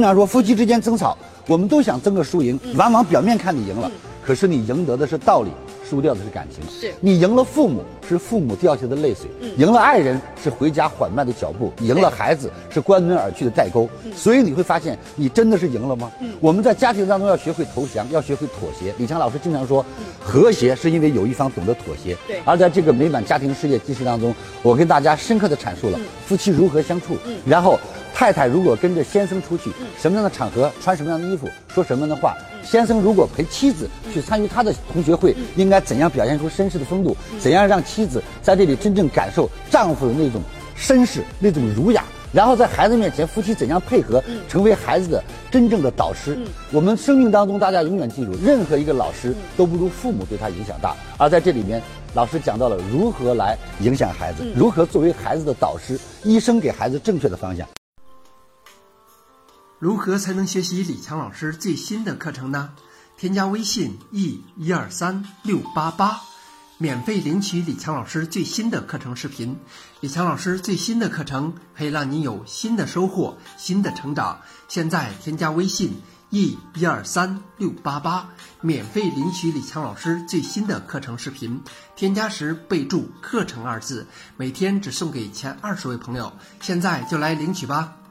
常说夫妻之间争吵，我们都想争个输赢，往往表面看你赢了，可是你赢得的是道理，输掉的是感情。 是你赢了父母，是父母掉下的泪水；赢了爱人，是回家缓慢的脚步；赢了孩子，是关门而去的代沟。所以你会发现，你真的是赢了吗？我们在家庭当中要学会投降，要学会妥协。李强老师经常说，和谐是因为有一方懂得妥协。 对。 而在这个美满家庭事业纪实当中，我跟大家深刻的阐述了夫妻如何相处，然后太太如果跟着先生出去，什么样的场合穿什么样的衣服，说什么样的话；先生如果陪妻子去参与他的同学会，应该怎样表现出绅士的风度，怎样让妻子在这里真正感受丈夫的那种绅士、那种儒雅。然后在孩子面前，夫妻怎样配合，成为孩子的真正的导师。我们生命当中，大家永远记住，任何一个老师都不如父母对他影响大。而在这里面，老师讲到了如何来影响孩子，如何作为孩子的导师，一生给孩子正确的方向。 如何才能学习李强老师最新的课程呢？添加微信 E123688，免费领取李强老师最新的课程视频。李强老师最新的课程可以让你有新的收获、新的成长。现在添加微信 E123688，免费领取李强老师最新的课程视频。添加时备注“课程”2字，每天只送给前20位朋友。现在就来领取吧。